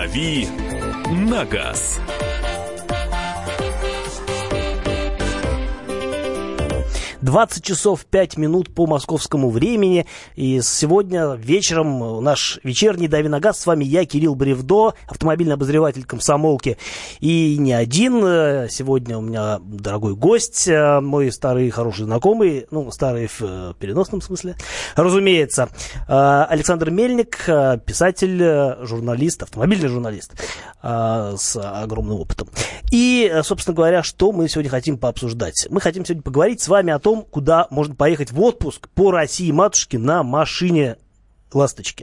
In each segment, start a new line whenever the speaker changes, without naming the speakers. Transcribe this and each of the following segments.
«Дави на газ».
«20 часов 5 минут по московскому времени. И сегодня вечером наш вечерний «Дави на газ». С вами я, Кирилл Бревдо, автомобильный обозреватель «Комсомолки». И не один. Сегодня у меня дорогой гость, мой старый хороший знакомый, ну, старый в переносном смысле, разумеется. Александр Мельник, писатель, журналист, автомобильный журналист с огромным опытом. И, собственно говоря, что мы сегодня хотим пообсуждать? Мы хотим сегодня поговорить с вами о том, куда можно поехать в отпуск по России матушке на машине «Ласточке».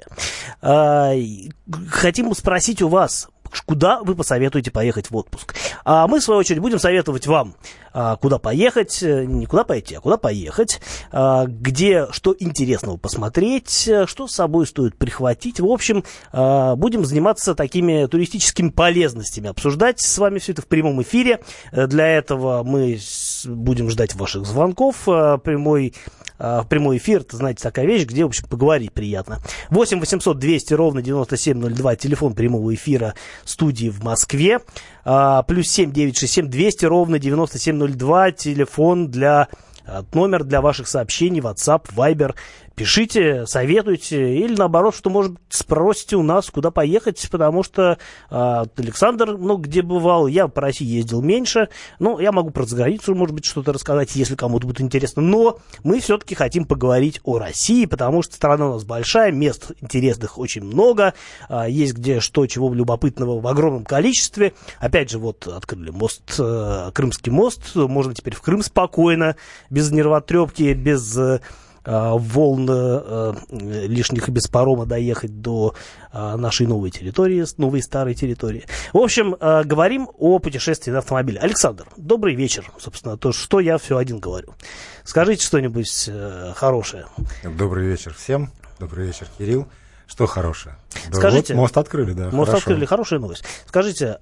Хотим спросить у вас, куда вы посоветуете поехать в отпуск. А мы, в свою очередь, будем советовать вам, куда поехать, не куда пойти, а куда поехать, где что интересного посмотреть, что с собой стоит прихватить. В общем, будем заниматься такими туристическими полезностями, обсуждать с вами все это в прямом эфире. Для этого мы будем ждать ваших звонков. Прямой эфир, это, знаете, такая вещь, где, в общем, поговорить приятно. 8 800 200 ровно 9702, телефон прямого эфира студии в Москве. Плюс 7 967 200 ровно 9702, телефон номер для ваших сообщений, WhatsApp, Viber. Пишите, советуйте, или наоборот, что, может, спросите у нас, куда поехать, потому что Александр много где бывал, я по России ездил меньше, но я могу про заграницу, может быть, что-то рассказать, если кому-то будет интересно, но мы все-таки хотим поговорить о России, потому что страна у нас большая, мест интересных очень много, есть где что, чего любопытного в огромном количестве. Опять же, вот открыли Крымский мост, можно теперь в Крым спокойно, без нервотрепки, без волн лишних и без парома доехать до нашей новой территории, новой старой территории. В общем, говорим о путешествии на автомобиле. Александр, добрый вечер. Собственно, то, что я все один говорю. Скажите что-нибудь хорошее.
Добрый вечер всем. Добрый вечер, Кирилл. Что хорошее? Да,
скажите,
вот мост открыли, да.
Мост
хорошо.
открыли, хорошая новость. Скажите,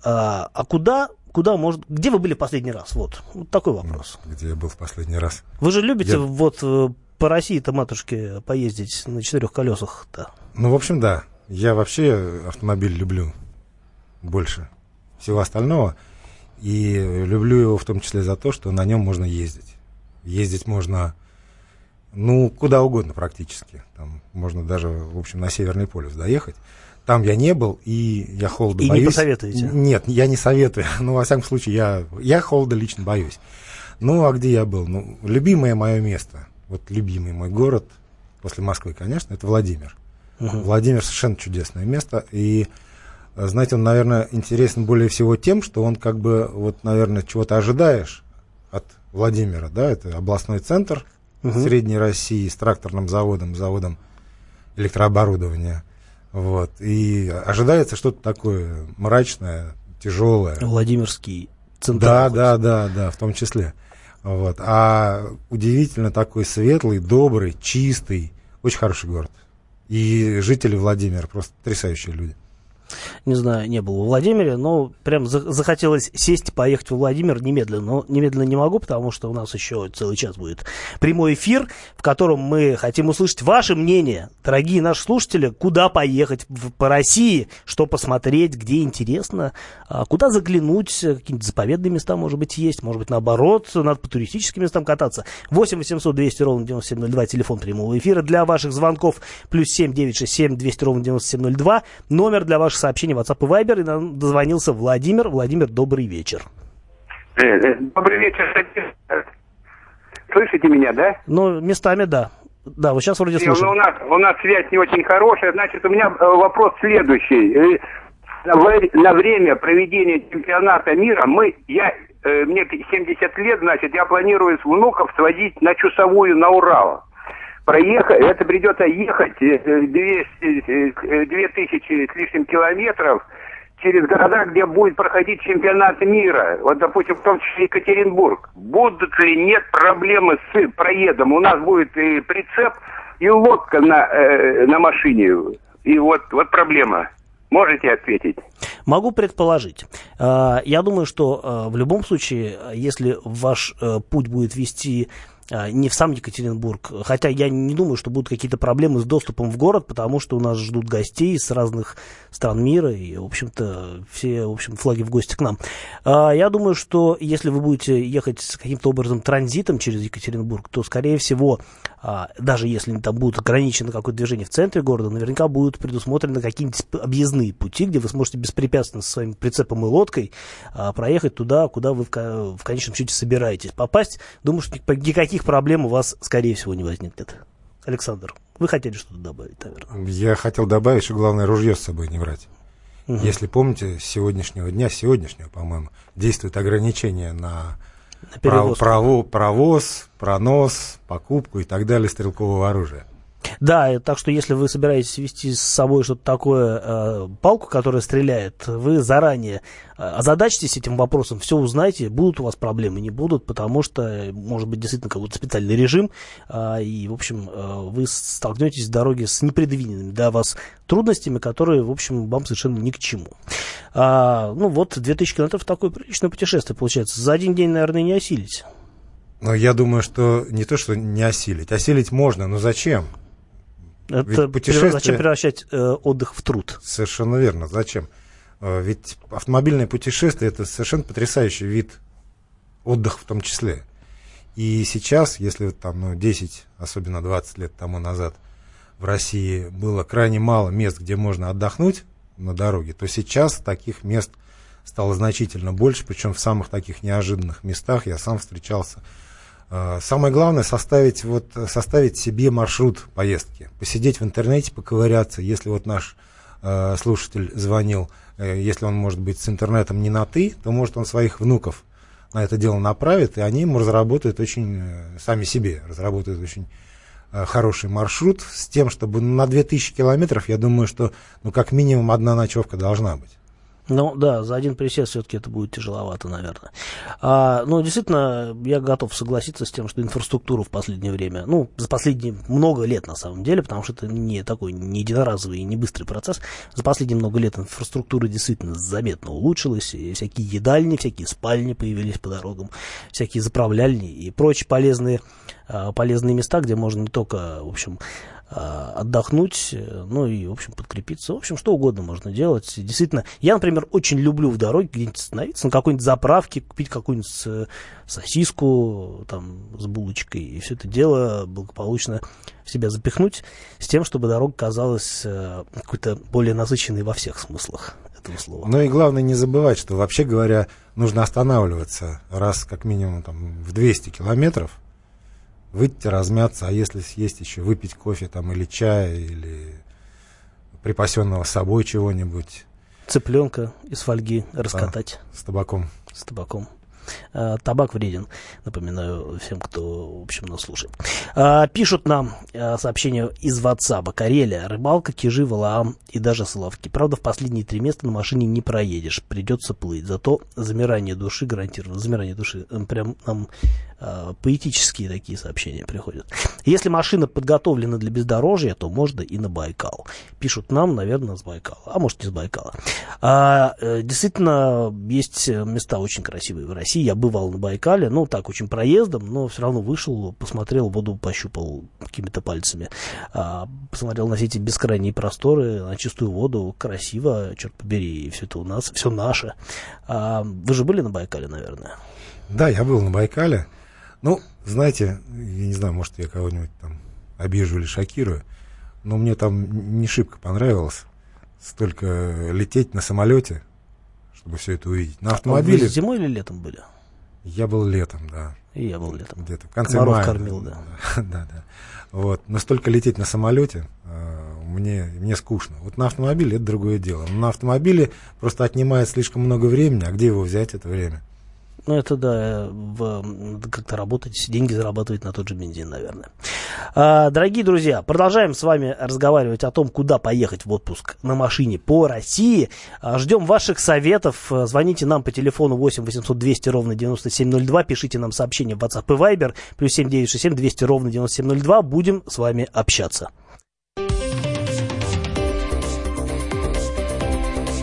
где вы были в последний раз? Вот такой вопрос.
Где я был в последний раз?
Вы же любите по России-то, матушке, поездить на 4 колесах-то?
Ну, в общем, да. Я вообще автомобиль люблю больше всего остального. И люблю его в том числе за то, что на нем можно ездить. Ездить можно, куда угодно практически. Там можно даже, в общем, на Северный полюс доехать. Там я не был, и я холода боюсь. И не
посоветуете?
Нет, я не советую. Во всяком случае, я холода лично боюсь. А где я был? Любимое мое место, любимый мой город, после Москвы, конечно, это Владимир. Владимир совершенно чудесное место. И, знаете, он, наверное, интересен более всего тем, что он наверное, чего-то ожидаешь от Владимира, да, это областной центр Средней России с тракторным заводом электрооборудования. И ожидается что-то такое мрачное, тяжелое.
Владимирский центр.
Да, в том числе. А удивительно такой светлый, добрый, чистый, очень хороший город. И жители Владимира просто потрясающие люди.
Не знаю, не был во Владимире, но прям захотелось сесть и поехать во Владимир немедленно. Но немедленно не могу, потому что у нас еще целый час будет прямой эфир, в котором мы хотим услышать ваше мнение, дорогие наши слушатели, куда поехать по России, что посмотреть, где интересно, куда заглянуть, какие-нибудь заповедные места, может быть, есть, может быть, наоборот, надо по туристическим местам кататься. 8 800 200 ровно 9702, телефон прямого эфира для ваших звонков, плюс 7 967 200 ровно 9702, номер для ваших сообщений WhatsApp и Viber, и нам дозвонился Владимир. Владимир, добрый вечер.
Добрый вечер. Слышите меня, да?
Местами, да. Да, вот сейчас вроде слышим.
У нас связь не очень хорошая. Значит, у меня вопрос следующий. На время проведения чемпионата мира мне 70 лет, значит, я планирую с внуков сводить на Чусовую, на Урал. Это придется ехать 2000 с лишним километров через города, где будет проходить чемпионат мира. Допустим, в том числе Екатеринбург. Будут ли нет проблемы с проездом? У нас будет и прицеп, и лодка на машине. И вот проблема. Можете ответить?
Могу предположить. Я думаю, что в любом случае, если ваш путь будет вести не в сам Екатеринбург. Хотя я не думаю, что будут какие-то проблемы с доступом в город, потому что у нас ждут гостей с разных стран мира, и, в общем-то, все, в общем, флаги в гости к нам. Я думаю, что если вы будете ехать с каким-то образом транзитом через Екатеринбург, то, скорее всего, даже если там будут ограничено какое-то движение в центре города, наверняка будут предусмотрены какие-нибудь объездные пути, где вы сможете беспрепятственно со своим прицепом и лодкой проехать туда, куда вы в конечном счете собираетесь попасть. Думаю, что никаких проблем у вас, скорее всего, не возникнет. Александр, вы хотели что-то добавить, наверное?
Я хотел добавить, что главное ружье с собой не брать. Если помните, с сегодняшнего, по-моему, действует ограничение на провоз, пронос, покупку и так далее стрелкового оружия.
Да, так что если вы собираетесь вести с собой что-то такое, палку, которая стреляет, вы заранее озадачьтесь этим вопросом, все узнаете, будут у вас проблемы, не будут, потому что может быть действительно какой-то специальный режим, и, в общем, вы столкнетесь в дороге с непредвиденными для вас трудностями, которые, в общем, вам совершенно ни к чему. Ну вот, 2000 километров такое приличное путешествие получается. За один день, наверное, не осилить.
Но я думаю, что не то, что не осилить. Осилить можно, но зачем?
Это зачем превращать отдых в труд?
Совершенно верно. Зачем? Ведь автомобильное путешествие — это совершенно потрясающий вид отдыха в том числе. И сейчас, если там 10, особенно 20 лет тому назад в России было крайне мало мест, где можно отдохнуть на дороге, то сейчас таких мест стало значительно больше, причем в самых таких неожиданных местах. Я сам встречался. Самое главное составить себе маршрут поездки, посидеть в интернете, поковыряться. Если вот наш слушатель звонил, если он может быть с интернетом не на «ты», то может он своих внуков на это дело направит, и они ему разработают сами себе разработают очень хороший маршрут с тем, чтобы на 2000 километров, я думаю, что как минимум одна ночевка должна быть.
Ну да, за один присест все-таки это будет тяжеловато, наверное. Но действительно, я готов согласиться с тем, что инфраструктура в последнее время, за последние много лет на самом деле, потому что это не такой не единоразовый и не быстрый процесс, за последние много лет инфраструктура действительно заметно улучшилась, и всякие едальни, всякие спальни появились по дорогам, всякие заправляльни и прочие полезные места, где можно не только, в общем, отдохнуть, и, в общем, подкрепиться. В общем, что угодно можно делать. Действительно, я, например, очень люблю в дороге где-нибудь остановиться на какой-нибудь заправке, купить какую-нибудь сосиску там с булочкой, и все это дело благополучно в себя запихнуть с тем, чтобы дорога казалась какой-то более насыщенной во всех смыслах этого слова.
Ну и главное не забывать, что, вообще говоря, нужно останавливаться раз как минимум в 200 километров, выйти, размяться, а если съесть еще, выпить кофе или чай, или припасенного с собой чего-нибудь.
Цыпленка из фольги раскатать.
Да, с табаком.
С табаком. Табак вреден, напоминаю всем, кто, в общем, нас слушает. Пишут нам сообщения из WhatsApp. Карелия, рыбалка, Кижи, Валаам и даже Соловки. Правда, в последние 3 места на машине не проедешь, придется плыть. Зато замирание души гарантировано. Замирание души. Прям нам поэтические такие сообщения приходят. Если машина подготовлена для бездорожья, то можно и на Байкал. Пишут нам, наверное, с Байкала. А может, не с Байкала. Действительно, есть места очень красивые в России. Я бывал на Байкале, так, очень проездом, но все равно вышел, посмотрел, воду пощупал какими-то пальцами. Посмотрел на все эти бескрайние просторы, на чистую воду. Красиво, черт побери, и все это у нас, все наше. Вы же были на Байкале, наверное?
Да, я был на Байкале. Знаете, я не знаю, может, я кого-нибудь там обижу или шокирую, но мне там не шибко понравилось столько лететь на самолете, чтобы все это увидеть. На автомобиле...
Вы зимой или летом были?
Я был летом, да.
И я был летом.
Где-то в конце
Комаров
мая.
Кормил, да.
Да. Вот. Но столько лететь на самолете мне скучно. Вот на автомобиле это другое дело. Но на автомобиле просто отнимает слишком много времени, а где его взять это время?
Это да, как-то работать, деньги зарабатывать на тот же бензин, наверное. Дорогие друзья, продолжаем с вами разговаривать о том, куда поехать в отпуск на машине по России. Ждем ваших советов. Звоните нам по телефону 8 800 200 ровно 9702. Пишите нам сообщения в WhatsApp и Viber. Плюс 7 967 200 ровно 9702. Будем с вами общаться.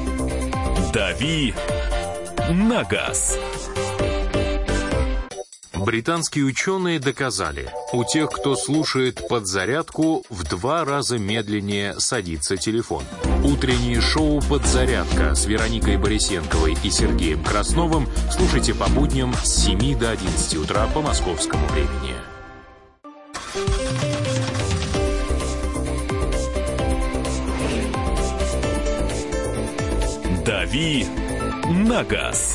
Дави на газ. Британские ученые доказали, у тех, кто слушает «Подзарядку», в 2 раза медленнее садится телефон. Утреннее шоу «Подзарядка» с Вероникой Борисенковой и Сергеем Красновым слушайте по будням с 7 до 11 утра по московскому времени.
«Дави на газ».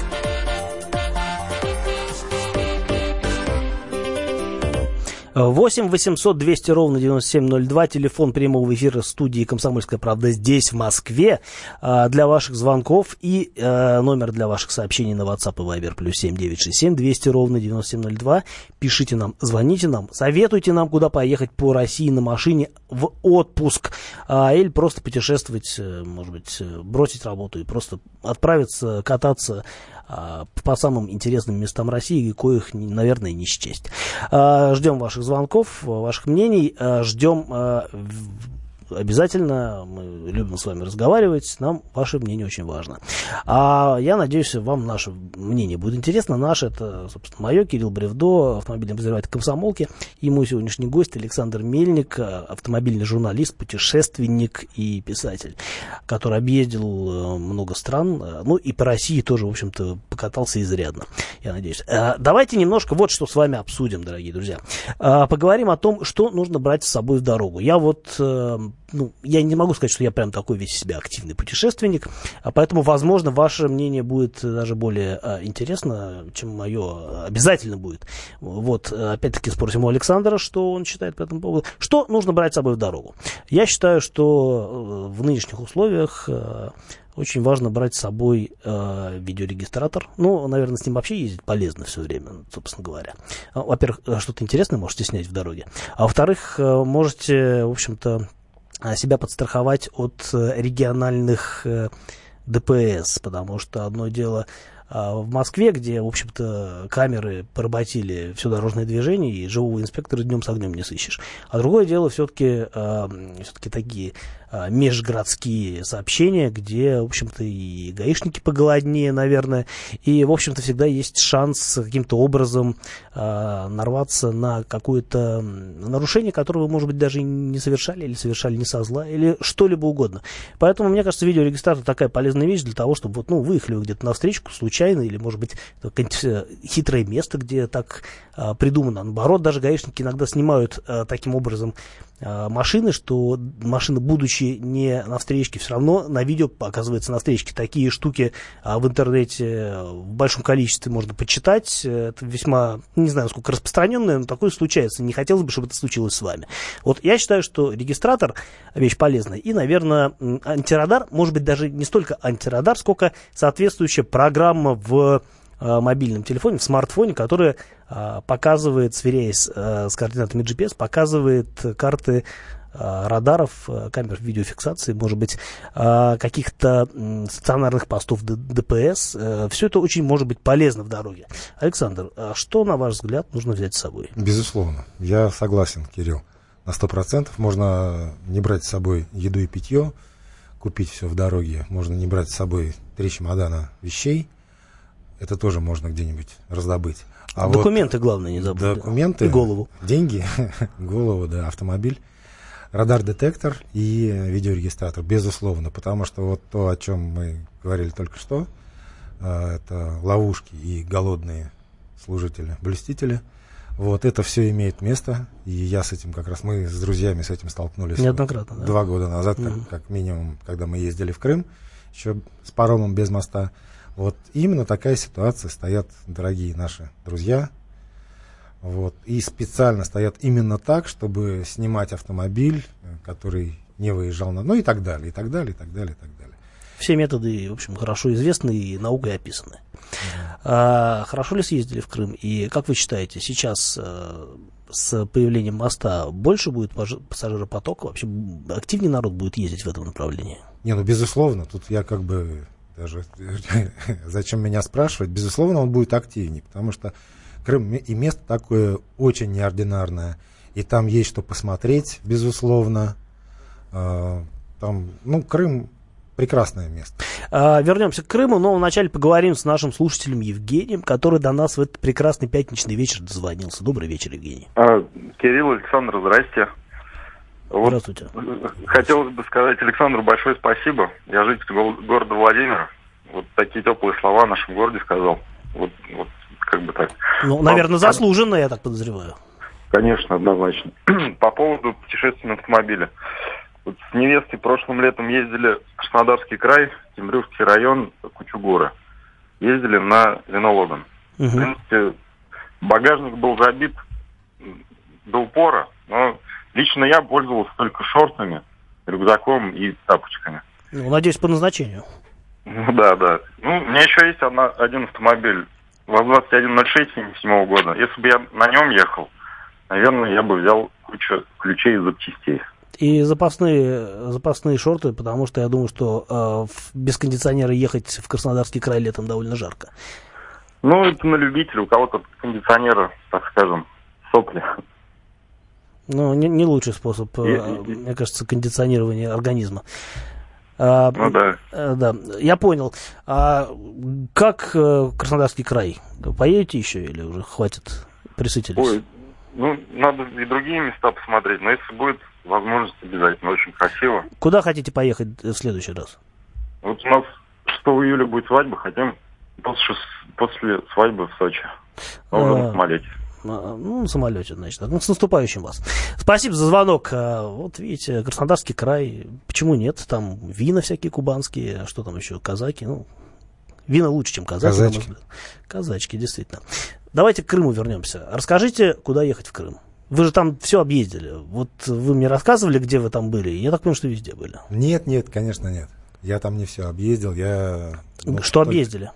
8 800 200 ровно 9702, телефон прямого эфира студии «Комсомольская правда» здесь, в Москве, для ваших звонков и номер для ваших сообщений на WhatsApp и Viber +7 967 200 ровно 9702. Пишите нам, звоните нам, советуйте нам, куда поехать по России на машине в отпуск, или просто путешествовать, может быть, бросить работу и просто отправиться кататься по самым интересным местам России, коих, наверное, не счесть. Ждем ваших звонков, ваших мнений, ждем обязательно, мы любим с вами разговаривать, нам ваше мнение очень важно. Я надеюсь, вам наше мнение будет интересно. Наше, это, собственно, мое, Кирилл Бревдо, автомобильный обозреватель «Комсомолки», и мой сегодняшний гость Александр Мельник, автомобильный журналист, путешественник и писатель, который объездил много стран, ну и по России тоже, в общем-то, покатался изрядно, я надеюсь. Давайте немножко вот что с вами обсудим, дорогие друзья. Поговорим о том, что нужно брать с собой в дорогу. Я вот... я не могу сказать, что я прям такой весь из себя активный путешественник, поэтому, возможно, ваше мнение будет даже более интересно, чем мое. Обязательно будет. Вот, опять-таки, спросим у Александра, что он считает по этому поводу. Что нужно брать с собой в дорогу? Я считаю, что в нынешних условиях очень важно брать с собой видеорегистратор. Наверное, с ним вообще ездить полезно все время, собственно говоря. Во-первых, что-то интересное можете снять в дороге. А во-вторых, можете, в общем-то, себя подстраховать от региональных ДПС, потому что одно дело в Москве, где, в общем-то, камеры поработили все дорожное движение, и живого инспектора днем с огнем не сыщешь. А другое дело все-таки такие межгородские сообщения, где, в общем-то, и гаишники поголоднее, наверное, и, в общем-то, всегда есть шанс каким-то образом нарваться на какое-то нарушение, которое вы, может быть, даже не совершали, или совершали не со зла, или что-либо угодно. Поэтому, мне кажется, видеорегистратор такая полезная вещь для того, чтобы, выехали вы где-то на встречку случайно, или, может быть, какое-нибудь хитрое место, где так придумано. Наоборот, даже гаишники иногда снимают таким образом машины, что машина, будучи не на встречке, все равно на видео оказывается на встречке. Такие штуки в интернете в большом количестве можно почитать. Это весьма, не знаю, насколько распространенное, но такое случается. Не хотелось бы, чтобы это случилось с вами. Вот я считаю, что регистратор вещь полезная. И, наверное, антирадар, может быть, даже не столько антирадар, сколько соответствующая программа в мобильном телефоне, в смартфоне, которая показывает, сверяясь с координатами GPS, показывает карты радаров, камер видеофиксации, может быть, каких-то стационарных постов ДПС. Все это очень может быть полезно в дороге. Александр, что, на ваш взгляд, нужно взять с собой?
Безусловно. Я согласен, Кирилл. На 100% можно не брать с собой еду и питье, купить все в дороге. Можно не брать с собой 3 чемодана вещей. Это тоже можно где-нибудь раздобыть. А
документы, главное, не забудь.
Документы,
и голову.
Деньги, голову, да, автомобиль, радар-детектор и видеорегистратор, безусловно. Потому что вот то, о чем мы говорили только что, это ловушки и голодные служители, блюстители. Вот это все имеет место. И я с этим как раз, мы с друзьями с этим столкнулись
неоднократно, да?
2 года назад, как минимум, когда мы ездили в Крым, еще с паромом без моста. Вот именно такая ситуация, стоят дорогие наши друзья, вот, и специально стоят именно так, чтобы снимать автомобиль, который не выезжал и так далее, и так далее, и так далее, и так далее.
Все методы, в общем, хорошо известны и наукой описаны. Хорошо ли съездили в Крым? И как вы считаете, сейчас с появлением моста больше будет пассажиропотока? Вообще активнее народ будет ездить в этом направлении?
Безусловно, тут я даже зачем меня спрашивать, безусловно, он будет активнее, потому что Крым и место такое очень неординарное, и там есть что посмотреть, безусловно. Крым прекрасное место.
Вернемся к Крыму, но вначале поговорим с нашим слушателем Евгением, который до нас в этот прекрасный пятничный вечер дозвонился. Добрый вечер, Евгений.
Кирилл, Александр, здрасте.
Здравствуйте.
Хотелось бы сказать Александру большое спасибо. Я житель города Владимира. Вот такие теплые слова о нашем городе сказал. Вот как бы так.
Ну, наверное, заслуженно, я так подозреваю.
Конечно, однозначно. По поводу путешествия на автомобиле. Вот с невестой прошлым летом ездили в Краснодарский край, Темрюкский район, Кучугура. Ездили на Ленологан. В принципе, багажник был забит до упора, но лично я пользовался только шортами, рюкзаком и тапочками.
Ну, надеюсь, по назначению.
Ну да. Ну, у меня еще есть один автомобиль, ВАЗ-2106 77 года. Если бы я на нем ехал, наверное, я бы взял кучу ключей и запчастей.
И запасные шорты, потому что я думаю, что без кондиционера ехать в Краснодарский край летом довольно жарко.
Ну, это на любителя, у кого-то кондиционера, так скажем, сопли.
Ну, не лучший способ, мне кажется, кондиционирования организма. Ну
да.
Да, я понял. Как Краснодарский край? Поедете еще или уже хватит, присытились?
Ой, ну, надо и другие места посмотреть, но если будет возможность, обязательно, очень красиво.
Куда хотите поехать в следующий раз? Вот
у нас 6 июля будет свадьба, хотим после свадьбы в Сочи. Уже на самолете.
Ну, на самолете, значит. Ну, с наступающим вас. Спасибо за звонок. Вот видите, Краснодарский край, почему нет? Там вина всякие кубанские, что там еще, казаки. Ну, вина лучше, чем казаки.
Казачки.
Казачки, действительно. Давайте к Крыму вернемся. Расскажите, куда ехать в Крым? Вы же там все объездили. Вот вы мне рассказывали, где вы там были. Я так понимаю, что везде были.
Нет, конечно, нет. Я там не все объездил.
Что объездили?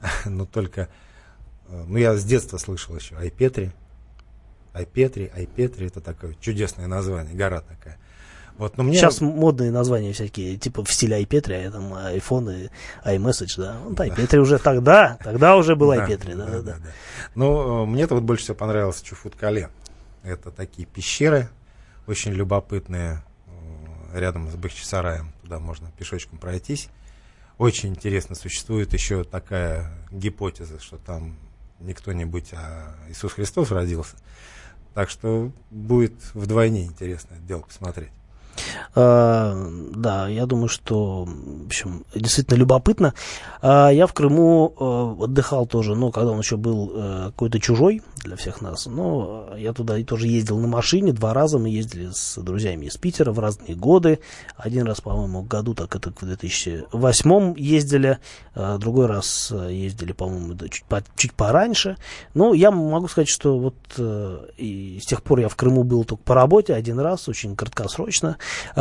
Я с детства слышал еще Айпетри. Айпетри, это такое чудесное название, гора такая. Вот, но мне...
Сейчас модные названия всякие, типа в стиле Айпетри, там iPhone и iMessage, да. Вот Айпетри уже тогда уже был Айпетри, да.
Ну, мне-то вот больше всего понравился Чуфут-Кале. Это такие пещеры, очень любопытные, рядом с Бахчисараем, туда можно пешочком пройтись. Очень интересно, существует еще такая гипотеза, что там не кто-нибудь, а Иисус Христос родился. Так что будет вдвойне интересно это дело посмотреть.
Да, я думаю, что, в общем, действительно любопытно. Я в Крыму отдыхал тоже, когда он еще был какой-то чужой для всех нас. Но я туда тоже ездил на машине 2 раза. Мы ездили с друзьями из Питера в разные годы. Один раз, по-моему, в году, так это в 2008 ездили. Другой раз ездили, по-моему, чуть пораньше. Ну, я могу сказать, что вот и с тех пор я в Крыму был только по работе 1 раз, очень краткосрочно.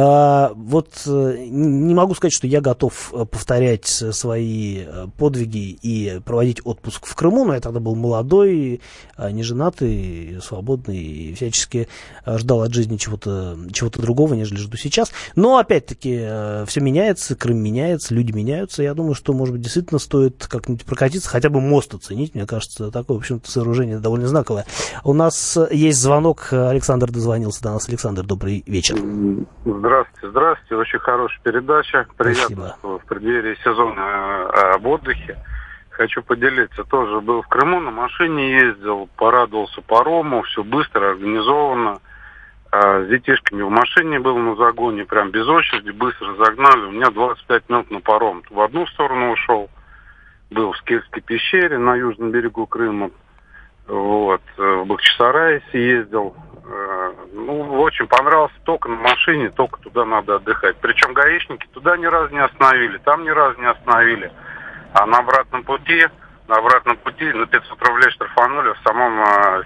Не могу сказать, что я готов повторять свои подвиги и проводить отпуск в Крыму, но я тогда был молодой, неженатый, свободный и всячески ждал от жизни чего-то другого, нежели жду сейчас. Но, опять-таки, все меняется, Крым меняется, люди меняются. Я думаю, что, может быть, действительно стоит как-нибудь прокатиться, хотя бы мост оценить. Мне кажется, такое, в общем-то, сооружение довольно знаковое. У нас есть звонок. Александр дозвонился до нас. Александр, добрый вечер.
Здравствуйте. Очень хорошая передача. Приятно,
Спасибо.
что в преддверии сезона об отдыхе. Хочу поделиться. Тоже был в Крыму, на машине ездил, порадовался парому, все быстро, организовано. С детишками в машине был на загоне, прям без очереди, быстро загнали. У меня 25 минут на паром. В одну сторону ушел, был в Скельской пещере на южном берегу Крыма. Вот. В Бахчисарае ездил. Очень понравился. Только на машине, только туда надо отдыхать. Причем гаишники туда ни разу не остановили, там ни разу не остановили. А на обратном пути на 500 рублей штрафанули в самом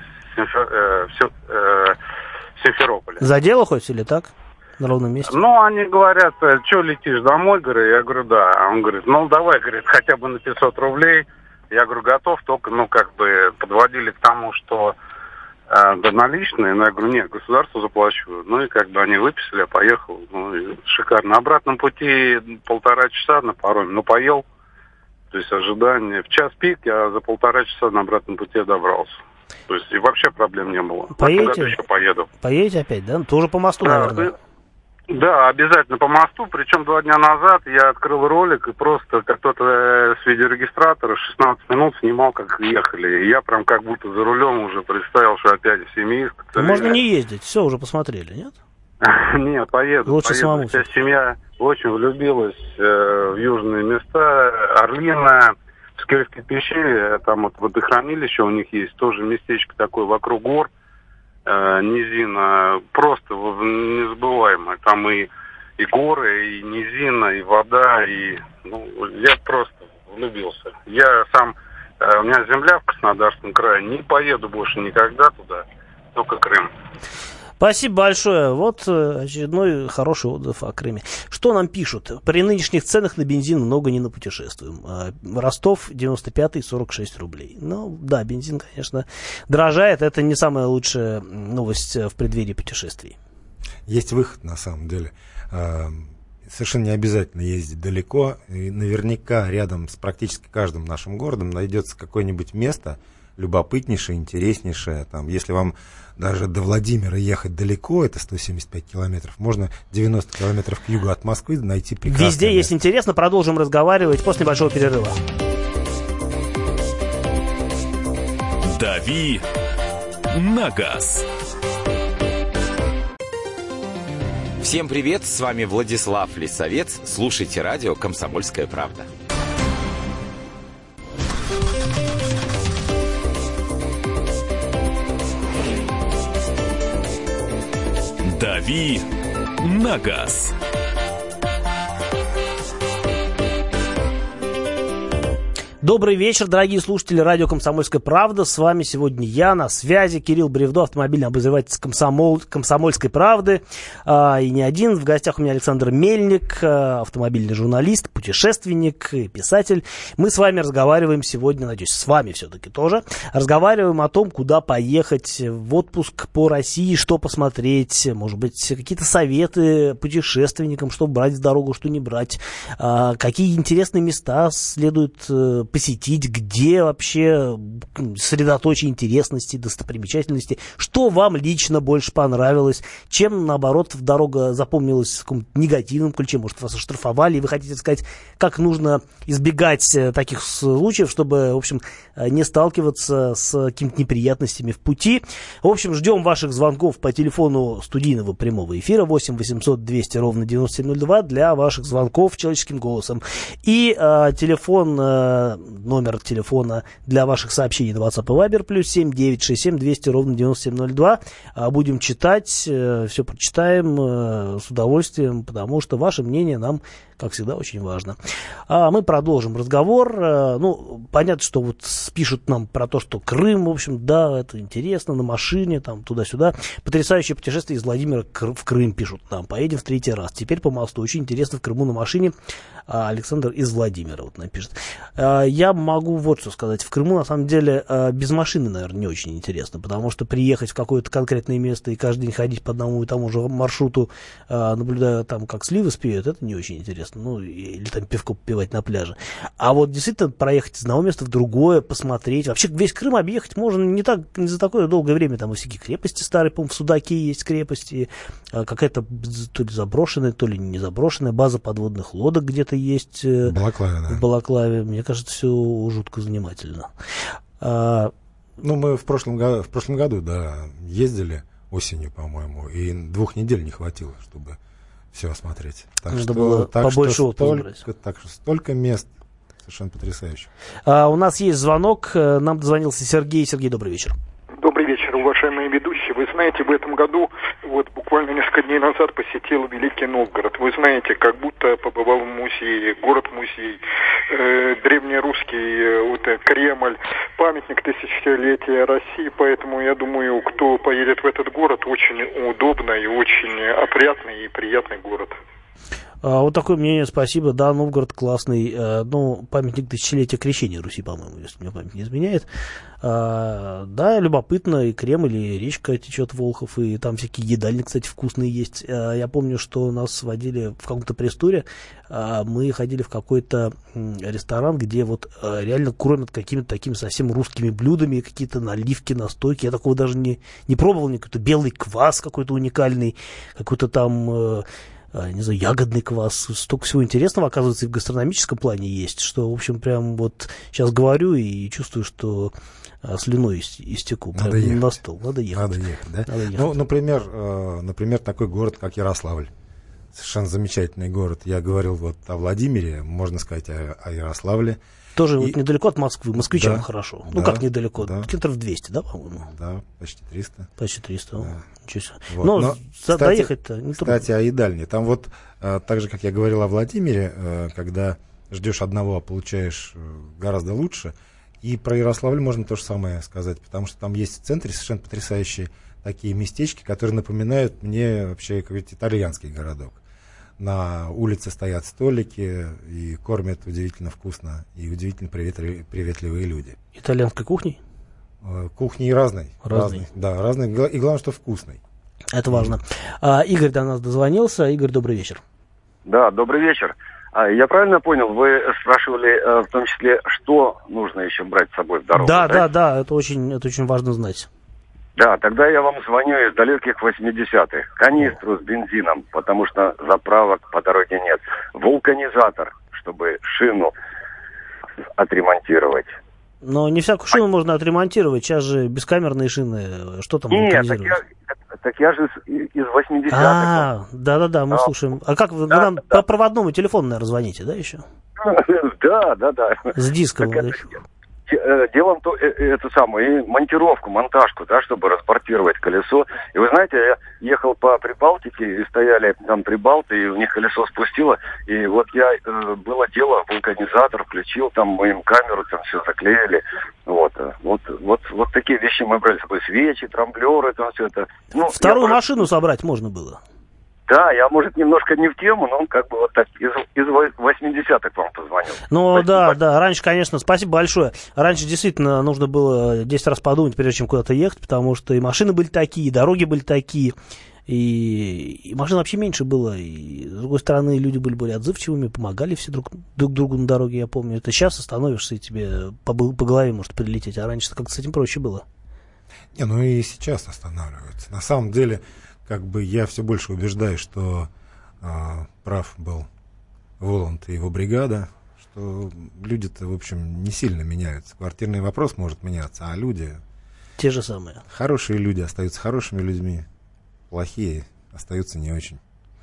Симферополе.
За дело хоть или так? На ровном месте?
Они говорят, что летишь домой, говорю, я говорю, да. Он говорит, давай, говорит, хотя бы на 500 рублей. Я говорю, готов, только, подводили к тому, что да наличные, но я говорю, нет, государству заплачу. И они выписали, я поехал. Шикарно. На обратном пути 1,5 часа на пароме, поел. То есть ожидание. В час пик я за 1,5 часа на обратном пути добрался. То есть и вообще проблем не было.
Поедете?
Еще поеду.
Поедете опять, да? Тоже по мосту, наверное.
Да, обязательно по мосту. Причем 2 дня назад я открыл ролик и просто как кто-то с видеорегистратора 16 минут снимал, как ехали. И я прям как будто за рулем уже представил, что опять семейство.
Можно не ездить, все уже посмотрели, нет?
Нет, поеду.
Лучше самому.
Вся семья очень влюбилась в южные места. Орлина, Пскевские пещеры, там вот водохранилище у них есть, тоже местечко такое вокруг гор. Низина просто незабываемая. Там и горы, и низина, и вода, и я просто влюбился. Я сам, у меня земля в Краснодарском крае, не поеду больше никогда туда, только Крым.
Спасибо большое. Вот очередной хороший отзыв о Крыме. Что нам пишут? При нынешних ценах на бензин много не напутешествуем. Ростов 95-й 46 рублей. Ну, да, бензин, конечно, дорожает. Это не самая лучшая новость в преддверии путешествий.
Есть выход, на самом деле. Совершенно не обязательно ездить далеко. И наверняка рядом с практически каждым нашим городом найдется какое-нибудь место, любопытнейшее, интереснейшее. Там, если вам даже до Владимира ехать далеко, это 175 километров, можно 90 километров к югу от Москвы найти прекрасное
Везде
место.
есть интересно. Продолжим разговаривать после небольшого перерыва.
«Дави на газ».
Всем привет, с вами Владислав Лисовец. Слушайте радио «Комсомольская правда».
«Дави на газ».
Добрый вечер, дорогие слушатели радио «Комсомольская правда». С вами сегодня я, на связи, Кирилл Бревдо, автомобильный обозреватель «Комсомольской правды». И не один. В гостях у меня Александр Мельник, автомобильный журналист, путешественник, писатель. Мы с вами разговариваем сегодня, надеюсь, с вами все-таки тоже. Разговариваем о том, куда поехать в отпуск по России, что посмотреть, может быть, какие-то советы путешественникам, что брать в дорогу, что не брать, какие интересные места следует посетить, где вообще средоточие интересности, достопримечательности, что вам лично больше понравилось, чем, наоборот, дорога запомнилась в каком-то негативном ключе, может, вас оштрафовали, и вы хотите сказать, как нужно избегать таких случаев, чтобы, в общем, не сталкиваться с какими-то неприятностями в пути. В общем, ждем ваших звонков по телефону студийного прямого эфира 8 800 200 ровно 9702 для ваших звонков человеческим голосом. И номер телефона для ваших сообщений на WhatsApp и Viber +7 967 200 ровно 9702. Будем читать, все прочитаем с удовольствием, потому что ваше мнение нам, как всегда, очень важно. Мы продолжим разговор. Понятно, что вот пишут нам про то, что Крым, в общем, да, это интересно, на машине, там, туда-сюда. Потрясающее путешествие из Владимира в Крым, пишут нам. Поедем в 3-й раз. Теперь по мосту. Очень интересно в Крыму на машине. Александр из Владимира вот напишет. Я могу вот что сказать. В Крыму, на самом деле, без машины, наверное, не очень интересно, потому что приехать в какое-то конкретное место и каждый день ходить по одному и тому же маршруту, наблюдая там, как сливы спеют, это не очень интересно. Или там пивко попивать на пляже. А вот действительно проехать из одного места в другое, посмотреть. Вообще весь Крым объехать можно не за такое долгое время. Там и всякие крепости старые, по-моему, в Судаке есть крепости. Какая-то то ли заброшенная, то ли не заброшенная база подводных лодок где-то есть. В Балаклаве. Мне кажется, все жутко занимательно.
Мы в прошлом году, да, ездили осенью, по-моему, и 2 недель не хватило, чтобы все осмотреть.
Надо было побольше отпуска.
Так что столько мест, совершенно потрясающе.
У нас есть звонок, нам дозвонился Сергей. Сергей, добрый вечер.
Добрый вечер, уважаемые ведущие. Вы знаете, в этом году, буквально несколько дней назад посетил Великий Новгород. Вы знаете, как будто побывал в музее, город-музей, древнерусский Кремль, памятник тысячелетия России. Поэтому я думаю, кто поедет в этот город, очень удобно и очень опрятный и приятный город.
Вот такое мнение, спасибо. Да, Новгород классный. Памятник тысячелетия крещения Руси, по-моему, если мне память не изменяет. Да, любопытно, и Кремль, и речка течет Волхов, и там всякие едальни, кстати, вкусные есть. Я помню, что нас водили в каком-то пресс-туре, мы ходили в какой-то ресторан, где реально кормят какими-то такими совсем русскими блюдами, какие-то наливки, настойки. Я такого даже не пробовал, какой-то белый квас какой-то уникальный, какой-то там не знаю, ягодный квас. Столько всего интересного, оказывается, и в гастрономическом плане есть, что, в общем, прям вот сейчас говорю и чувствую, что слюной истеку.
Надо ехать.
На стол. Надо ехать.
Надо ехать, да?
Надо ехать.
Ну, например, такой город, как Ярославль. Совершенно замечательный город. Я говорил вот о Владимире, можно сказать о Ярославле.
Тоже вот недалеко от Москвы. Москвичам да, хорошо.
Да,
ну, как недалеко?
Да.
Километров 200, да, по-моему?
Да, почти 300.
Почти 300.
Да.
Ничего себе.
Вот.
Но кстати, доехать-то не трудно.
Кстати, о едальне. Там вот, так же, как я говорил о Владимире, когда ждешь одного, а получаешь гораздо лучше. И про Ярославль можно то же самое сказать, потому что там есть в центре совершенно потрясающие такие местечки, которые напоминают мне вообще какой-то итальянский городок. На улице стоят столики и кормят удивительно вкусно, и удивительно приветливые люди.
Итальянской кухней?
Кухни разной. Да, разной. И главное, что вкусной.
Это важно. Игорь до нас дозвонился. Игорь, добрый вечер.
Да, добрый вечер. Я правильно понял, вы спрашивали в том числе, что нужно еще брать с собой в дорогу?
Да, это очень важно знать.
Да, тогда я вам звоню из далеких 80-х. Канистру с бензином, потому что заправок по дороге нет. Вулканизатор, чтобы шину отремонтировать.
Но не всякую шину можно отремонтировать. Сейчас же бескамерные шины. Что там вулканизировать?
Так я же из 80-х.
Да, мы слушаем. А как вы нам по проводному телефону, наверное, звоните, да, еще?
Да.
С диском.
Делаем эту самую монтировку, монтажку, да, чтобы распортировать колесо. И вы знаете, я ехал по Прибалтике, и стояли там прибалты, и у них колесо спустило. И вот было дело, вулканизатор включил, там мы им камеру там все заклеили. Вот такие вещи мы брали с собой. Свечи, трамблеры, там все это.
Вторую машину собрать можно было.
Да, я, может, немножко не в тему, но как бы вот так из 80-х вам позвонил.
Ну, да, раньше, конечно, спасибо большое. Раньше действительно нужно было 10 раз подумать, прежде чем куда-то ехать, потому что и машины были такие, и дороги были такие, и машин вообще меньше было, и, с другой стороны, люди были более отзывчивыми, помогали все друг другу на дороге, я помню. Это сейчас остановишься, и тебе по голове может прилететь, а раньше как-то с этим проще было.
Ну и сейчас останавливаются. На самом деле... Как бы я все больше убеждаюсь, что прав был Воланд и его бригада, что люди-то, в общем, не сильно меняются. Квартирный вопрос может меняться, а люди...
Те же самые.
Хорошие люди остаются хорошими людьми, плохие остаются не очень.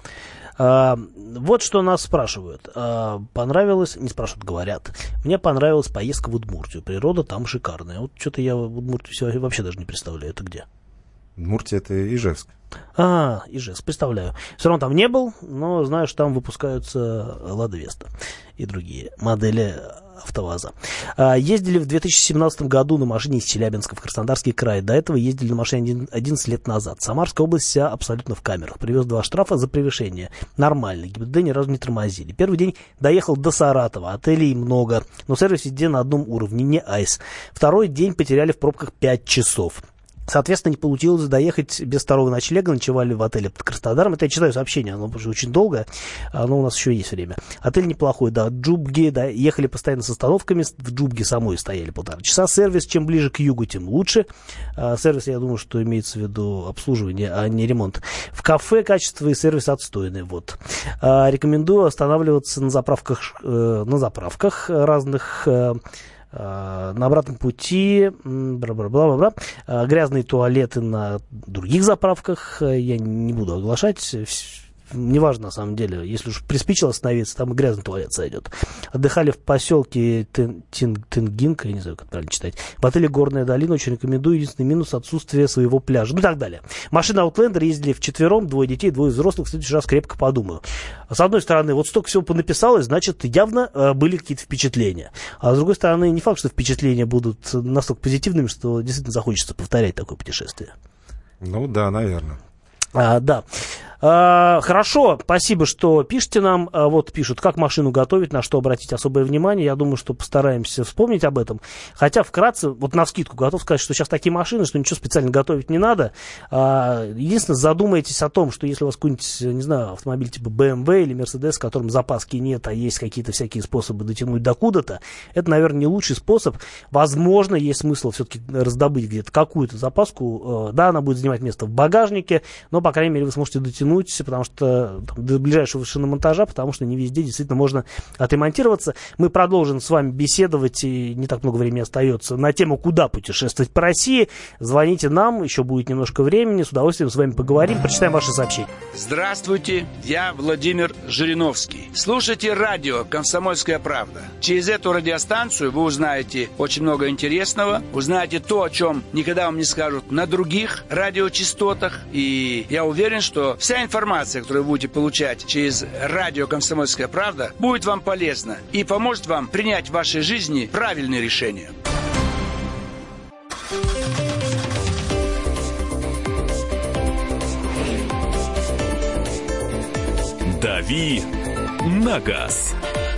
Вот что нас спрашивают. Понравилось, не спрашивают, говорят. Мне понравилась поездка в Удмуртию. Природа там шикарная. Вот что-то я в Удмуртию вообще даже не представляю. Это где?
Удмуртия — это Ижевск.
Ижевск, представляю. Все равно там не был, но знаю, что там выпускаются Лада Веста и другие модели АвтоВАЗа. Ездили в 2017 году на машине из Челябинска в Краснодарский край. До этого ездили на машине 11 лет назад. Самарская область вся абсолютно в камерах. Привез 2 штрафа за превышение. Нормально. ГИБДД ни разу не тормозили. Первый день доехал до Саратова. Отелей много, но сервис везде на одном уровне, не айс. Второй день потеряли в пробках 5 часов. Соответственно, не получилось доехать без второго ночлега, ночевали в отеле под Краснодаром. Это я читаю сообщение, оно уже очень долгое, но у нас еще есть время. Отель неплохой, да, Джубги, да, ехали постоянно с остановками, в Джубге самой стояли 1,5 часа. Сервис, чем ближе к югу, тем лучше. Сервис, я думаю, что имеется в виду обслуживание, а не ремонт. В кафе качество и сервис отстойный, вот. Рекомендую останавливаться на заправках разных... На обратном пути грязные туалеты на других заправках я не буду оглашать. Неважно, на самом деле, если уж приспичило остановиться, там и грязный туалет сойдет. Отдыхали в поселке Тенгинка, я не знаю, как правильно читать. В отеле «Горная долина» очень рекомендую. Единственный минус — отсутствие своего пляжа. Ну и так далее. Машина Outlander, ездили вчетвером, 2 детей, 2 взрослых. В следующий раз крепко подумаю. С одной стороны, вот столько всего понаписалось, значит, явно были какие-то впечатления. А с другой стороны, не факт, что впечатления будут настолько позитивными, что действительно захочется повторять такое путешествие.
Ну да, наверное.
Да. Хорошо, спасибо, что пишете нам. Вот пишут, как машину готовить, на что обратить особое внимание. Я думаю, что постараемся вспомнить об этом. Хотя вкратце, вот навскидку готов сказать, что сейчас такие машины, что ничего специально готовить не надо. Единственное, задумайтесь о том, что если у вас какой-нибудь, не знаю, автомобиль типа BMW или Mercedes, в котором запаски нет, а есть какие-то всякие способы дотянуть докуда-то, это, наверное, не лучший способ. Возможно, есть смысл все-таки раздобыть где-то какую-то запаску. Да, она будет занимать место в багажнике, но, по крайней мере, вы сможете дотянуть дотянуть, потому что до ближайшего шиномонтажа, потому что не везде действительно можно отремонтироваться. Мы продолжим с вами беседовать, и не так много времени остается, на тему, куда путешествовать по России. Звоните нам, еще будет немножко времени, с удовольствием с вами поговорим, прочитаем ваши сообщения.
Здравствуйте, я Владимир Жириновский. Слушайте радио «Комсомольская правда». Через эту радиостанцию вы узнаете очень много интересного, узнаете то, о чем никогда вам не скажут на других радиочастотах. И я уверен, что вся информация, которую вы будете получать через радио «Комсомольская правда», будет вам полезна и поможет вам принять в вашей жизни правильные решения.
«Дави на газ».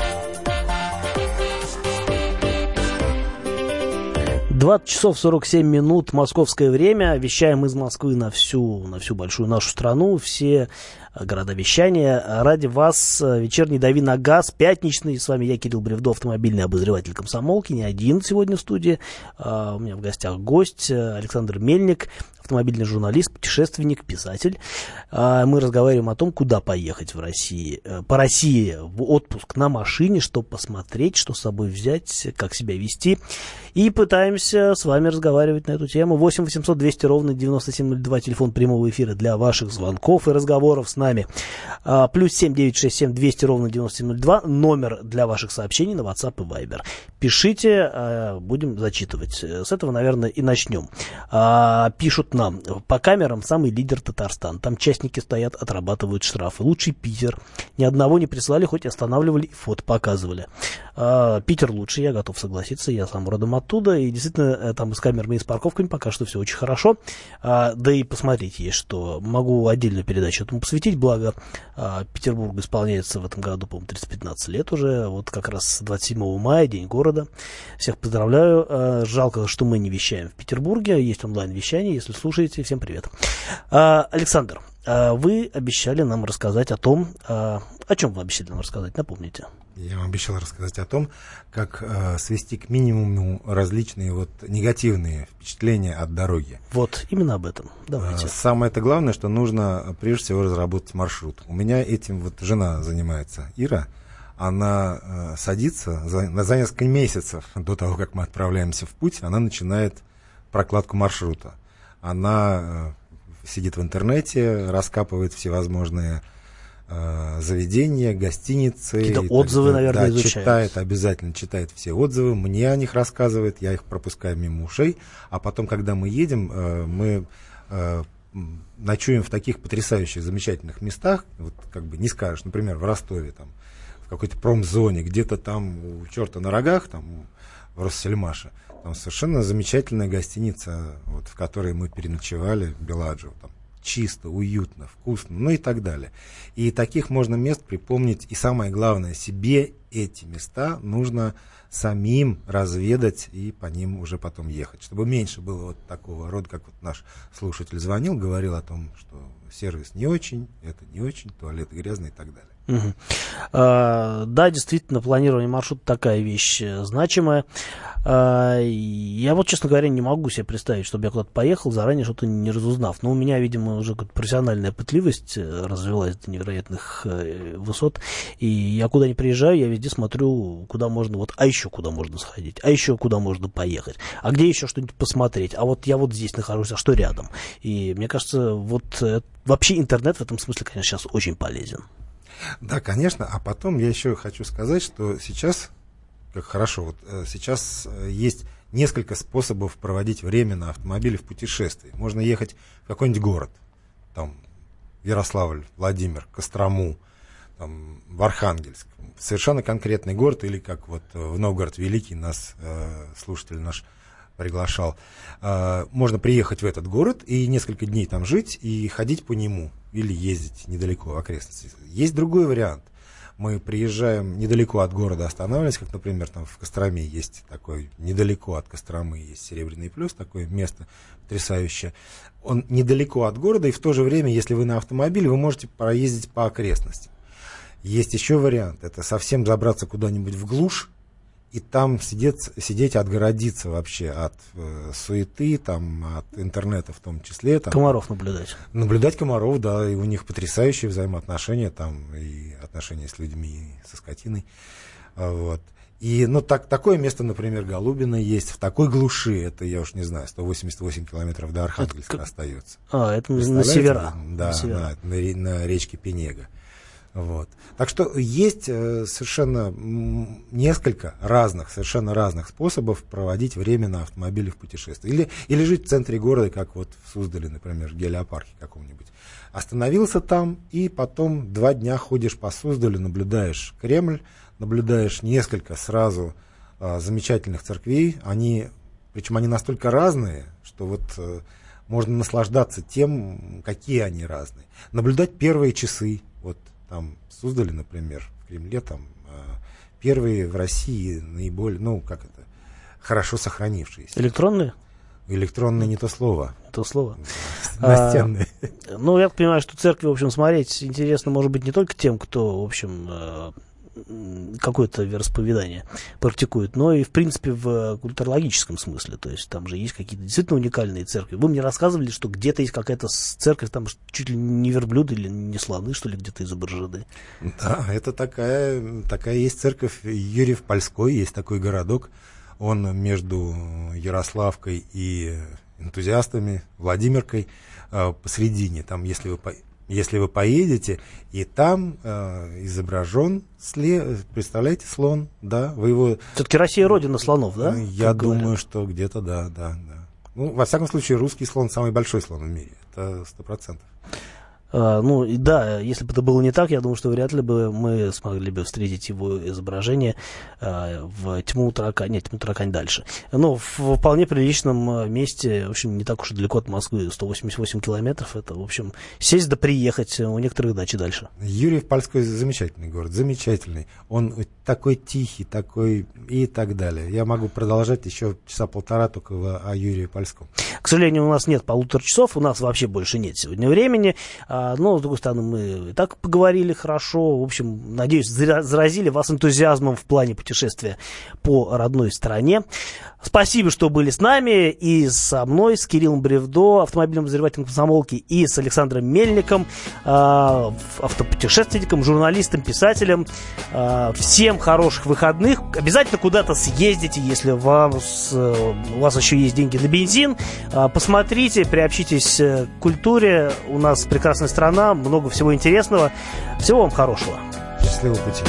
20 часов 47 минут московское время. Вещаем из Москвы на всю большую нашу страну. Все города вещания. Ради вас вечерний «Дави на газ», пятничный. С вами я, Кирилл Бревдо, автомобильный обозреватель «Комсомолки». Не один сегодня в студии. У меня в гостях гость Александр Мельник, автомобильный журналист, путешественник, писатель. Мы разговариваем о том, куда поехать по России в отпуск на машине, что посмотреть, что с собой взять, как себя вести. И пытаемся с вами разговаривать на эту тему. 8 800 200 ровно 9702, телефон прямого эфира для ваших звонков и разговоров с нами. Плюс 7 967 200 ровно 9702, номер для ваших сообщений на WhatsApp и Viber. Пишите, будем зачитывать. С этого, наверное, и начнем. Пишут нам: по камерам самый лидер Татарстан. Там частники стоят, отрабатывают штрафы. Лучший Питер. Ни одного не прислали, хоть и останавливали, и фото показывали. Питер лучший, я готов согласиться. Я сам родом оттуда. И действительно, там с камерами и с парковками пока что все очень хорошо. Да и посмотреть есть что. Могу отдельную передачу этому посвятить. Благо, Петербургу исполняется в этом году, по-моему, 315 лет уже. Вот как раз 27 мая, День города. Всех поздравляю. Жалко, что мы не вещаем в Петербурге. Есть онлайн-вещание. Если слушаете, всем привет. Александр, вы обещали нам рассказать о том, о чем вы обещали нам рассказать, напомните.
Я вам обещал рассказать о том, как свести к минимуму различные негативные впечатления от дороги.
Вот, именно об этом. Давайте.
Самое-то главное, что нужно прежде всего разработать маршрут. У меня этим жена занимается, Ира. Она садится за несколько месяцев до того, как мы отправляемся в путь, она начинает прокладку маршрута. Она сидит в интернете, раскапывает всевозможные заведения, гостиницы.
Какие-то отзывы, наверное, изучает.
Читает, обязательно читает все отзывы, мне о них рассказывает, я их пропускаю мимо ушей. А потом, когда мы едем, мы ночуем в таких потрясающих, замечательных местах, не скажешь, например, в Ростове, там, в какой-то промзоне, где-то там у черта на рогах, там, в Россельмаше. Там совершенно замечательная гостиница, в которой мы переночевали, Беладжио, там чисто, уютно, вкусно, и так далее. И таких можно мест припомнить. И самое главное, себе эти места нужно самим разведать и по ним уже потом ехать. Чтобы меньше было такого рода, как наш слушатель звонил, говорил о том, что сервис не очень, это не очень, туалеты грязные и так далее.
Угу. Да, действительно, планирование маршрута такая вещь значимая. Я честно говоря, не могу себе представить, чтобы я куда-то поехал, заранее что-то не разузнав. Но у меня, видимо, уже профессиональная пытливость развилась до невероятных высот. И я куда ни приезжаю, я везде смотрю, куда можно, а еще куда можно сходить, а еще куда можно поехать, а где еще что-нибудь посмотреть, а я здесь нахожусь, а что рядом. И мне кажется, вообще интернет в этом смысле, конечно, сейчас очень полезен.
Да, конечно, а потом я еще хочу сказать, что сейчас, сейчас есть несколько способов проводить время на автомобиле в путешествии. Можно ехать в какой-нибудь город, там, Ярославль, Владимир, Кострому, там, в Архангельск, совершенно конкретный город, или как в Новгород Великий нас слушатель наш приглашал. Можно приехать в этот город и несколько дней там жить и ходить по нему или ездить недалеко в окрестности. Есть другой вариант. Мы приезжаем недалеко от города, останавливаемся, как, например, там в Костроме есть такой, недалеко от Костромы есть Серебряный Плюс, такое место потрясающее. Он недалеко от города, и в то же время, если вы на автомобиле, вы можете проездить по окрестностям. Есть еще вариант, это совсем забраться куда-нибудь в глушь и там сидеть, отгородиться вообще от суеты, там, от интернета в том числе. Там,
комаров наблюдать.
Наблюдать комаров, да, и у них потрясающие взаимоотношения, там, и отношения с людьми, и со скотиной. Вот. И, ну, такое место, например, Голубино есть, в такой глуши, это, я уж не знаю, 188 километров до Архангельска остается.
Это на севера.
Да, на речке Пенега. Вот. Так что есть совершенно несколько совершенно разных способов проводить время на автомобиле в путешествии. Или жить в центре города, как вот в Суздале, например, в гелиопарке каком-нибудь. Остановился там, и потом 2 дня ходишь по Суздалю, наблюдаешь Кремль, наблюдаешь несколько сразу замечательных церквей. Причем они настолько разные, что вот можно наслаждаться тем, какие они разные. Наблюдать первые часы. Вот там в Суздале, например, в Кремле, там первые в России наиболее, хорошо сохранившиеся.
Электронные?
Электронные не то слово.
То слово.
Настенные.
Я понимаю, что церкви, в общем, смотреть интересно, может быть, не только тем, кто, в общем, какое-то вероисповедание практикует, но и, в принципе, в культурологическом смысле. То есть там же есть какие-то действительно уникальные церкви. Вы мне рассказывали, что где-то есть какая-то церковь, там чуть ли не верблюды или не слоны, что ли, где-то изображены.
Да, это такая есть церковь Юрьев-Польской, есть такой городок. Он между Ярославкой и энтузиастами, Владимиркой, посредине. Там, если вы поедете, и там изображен представляете, слон, да, вы его...
Все-таки Россия родина слонов, да?
Я думаю, что где-то, да. Ну, во всяком случае, русский слон самый большой слон в мире, это 100%.
Да, если бы это было не так, я думаю, что вряд ли бы мы смогли бы встретить его изображение в Тьму таракань дальше. Но в вполне приличном месте, в общем, не так уж и далеко от Москвы, 188 километров, это, в общем, сесть да приехать, у некоторых дачи дальше.
Юрьев-Польской замечательный город, замечательный. Он такой тихий, такой и так далее. Я могу продолжать еще часа полтора только о Юрьеве-Польском.
К сожалению, у нас нет 1,5 часов, у нас вообще больше нет сегодня времени. Но, с другой стороны, мы и так поговорили хорошо. В общем, надеюсь, заразили вас энтузиазмом в плане путешествия по родной стране. Спасибо, что были с нами и со мной, с Кириллом Бревдо, автомобильным обозревателем комсомолки, и с Александром Мельником, автопутешественником, журналистом, писателем. Всем хороших выходных. Обязательно куда-то съездите, если у вас еще есть деньги на бензин. Посмотрите, приобщитесь к культуре. У нас прекрасная страна, много всего интересного. Всего вам хорошего.
Счастливого пути.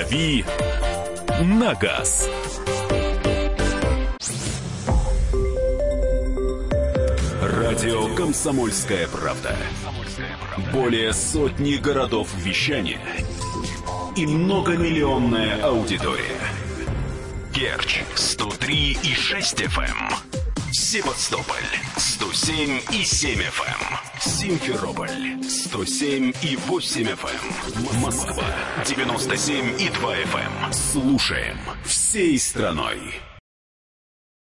«Дави на газ». Радио «Комсомольская правда». Более сотни городов вещания и многомиллионная аудитория. Керчь 103,6 FM. Севастополь 107,7 FM. Симферополь 107,8 FM. Москва 97,2 FM. Слушаем всей страной.